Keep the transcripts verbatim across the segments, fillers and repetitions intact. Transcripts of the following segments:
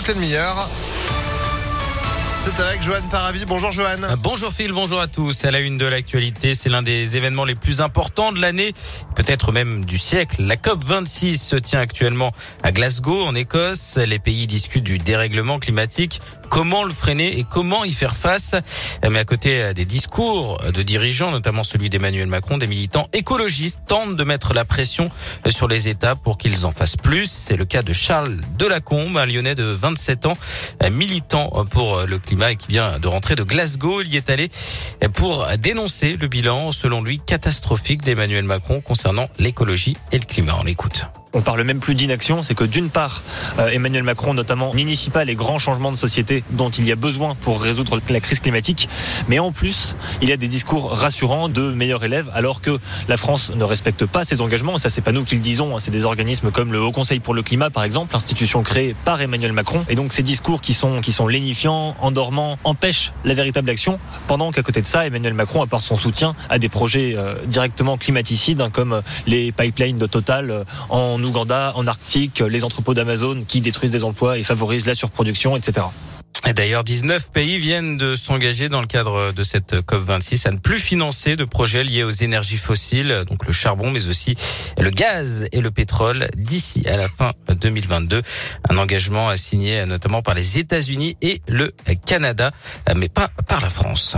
toutes les demi-heures. C'est avec Johan Paravi. Bonjour Johan. Bonjour Phil, bonjour à tous. À la une de l'actualité, c'est l'un des événements les plus importants de l'année, peut-être même du siècle. La COP vingt-six se tient actuellement à Glasgow, en Écosse. Les pays discutent du dérèglement climatique. Comment le freiner et comment y faire face? Mais à côté des discours de dirigeants, notamment celui d'Emmanuel Macron, des militants écologistes tentent de mettre la pression sur les États pour qu'ils en fassent plus. C'est le cas de Charles Delacombe, un Lyonnais de vingt-sept ans, militant pour le climat et qui vient de rentrer de Glasgow. Il y est allé pour dénoncer le bilan, selon lui, catastrophique d'Emmanuel Macron concernant l'écologie et le climat. On l'écoute. On parle même plus d'inaction, c'est que d'une part, euh, Emmanuel Macron notamment n'initie pas les grands changements de société dont il y a besoin pour résoudre la crise climatique, mais en plus, il y a des discours rassurants de meilleurs élèves, alors que la France ne respecte pas ses engagements. Et ça, c'est pas nous qui le disons, c'est des organismes comme le Haut Conseil pour le climat, par exemple, institution créée par Emmanuel Macron. Et donc ces discours qui sont qui sont lénifiants, endormants, empêchent la véritable action, pendant qu'à côté de ça, Emmanuel Macron apporte son soutien à des projets euh, directement climaticides, hein, comme les pipelines de Total euh, en Ouganda, en Arctique, les entrepôts d'Amazon qui détruisent des emplois et favorisent la surproduction, et cetera. Et d'ailleurs, dix-neuf pays viennent de s'engager dans le cadre de cette COP vingt-six à ne plus financer de projets liés aux énergies fossiles, donc le charbon, mais aussi le gaz et le pétrole d'ici à la fin deux mille vingt-deux. Un engagement signé notamment par les États-Unis et le Canada, mais pas par la France.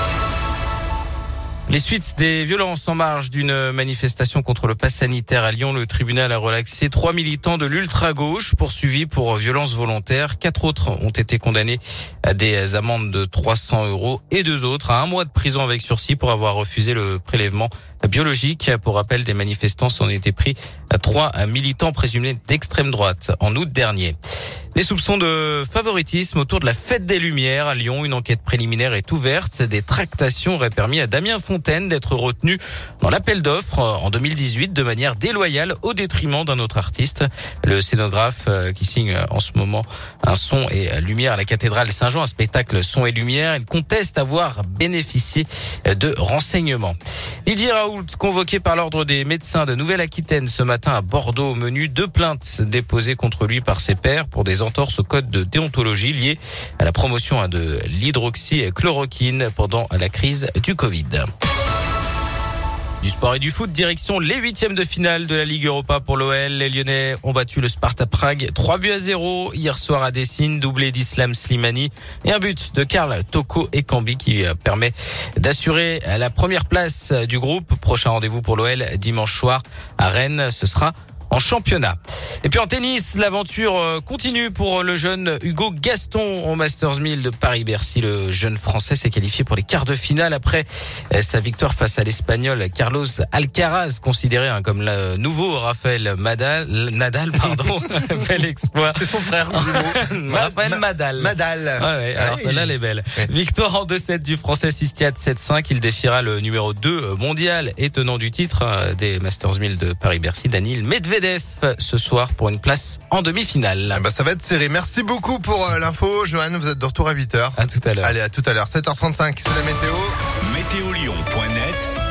Les suites des violences en marge d'une manifestation contre le pass sanitaire à Lyon, le tribunal a relaxé trois militants de l'ultra-gauche poursuivis pour violences volontaires. Quatre autres ont été condamnés à des amendes de trois cents euros et deux autres à un mois de prison avec sursis pour avoir refusé le prélèvement biologique. Pour rappel, des manifestants s'en étaient pris à trois militants présumés d'extrême droite en août dernier. Des soupçons de favoritisme autour de la fête des Lumières à Lyon. Une enquête préliminaire est ouverte. Des tractations auraient permis à Damien Fontaine d'être retenu dans l'appel d'offres en deux mille dix-huit de manière déloyale au détriment d'un autre artiste. Le scénographe qui signe en ce moment un son et lumière à la cathédrale Saint-Jean, un spectacle son et lumière. Il conteste avoir bénéficié de renseignements. Didier Raoult, convoqué par l'ordre des médecins de Nouvelle-Aquitaine ce matin à Bordeaux, au menu deux plaintes déposées contre lui par ses pairs pour des entorses au code de déontologie liées à la promotion de l'hydroxychloroquine pendant la crise du Covid. Du sport et du foot, direction les huitièmes de finale de la Ligue Europa pour l'O L. Les Lyonnais ont battu le Sparta Prague trois buts à zéro hier soir à Dessine, doublé d'Islam Slimani et un but de Karl Toko Ekambi qui permet d'assurer la première place du groupe. Prochain rendez-vous pour l'O L dimanche soir à Rennes, ce sera en championnat. Et puis en tennis, l'aventure continue pour le jeune Hugo Gaston au Masters mille de Paris-Bercy. Le jeune Français s'est qualifié pour les quarts de finale après sa victoire face à l'Espagnol Carlos Alcaraz, considéré hein, comme le nouveau Raphaël Nadal. Nadal, pardon. Bel exploit. C'est son frère. Raphaël Nadal. Nadal. Ah ouais, alors celle-là, elle est belle. Ouais. Victoire en deux sept du Français six quatre, sept cinq. Il défiera le numéro deux mondial et tenant du titre des Masters mille de Paris-Bercy, Daniil Medvedev, ce soir pour une place en demi-finale. Ah bah ça va être serré. Merci beaucoup pour euh, l'info, Johan. Vous êtes de retour à huit heures. À tout à l'heure. Allez, à tout à l'heure. sept heures trente-cinq, c'est la météo. météo lyon point net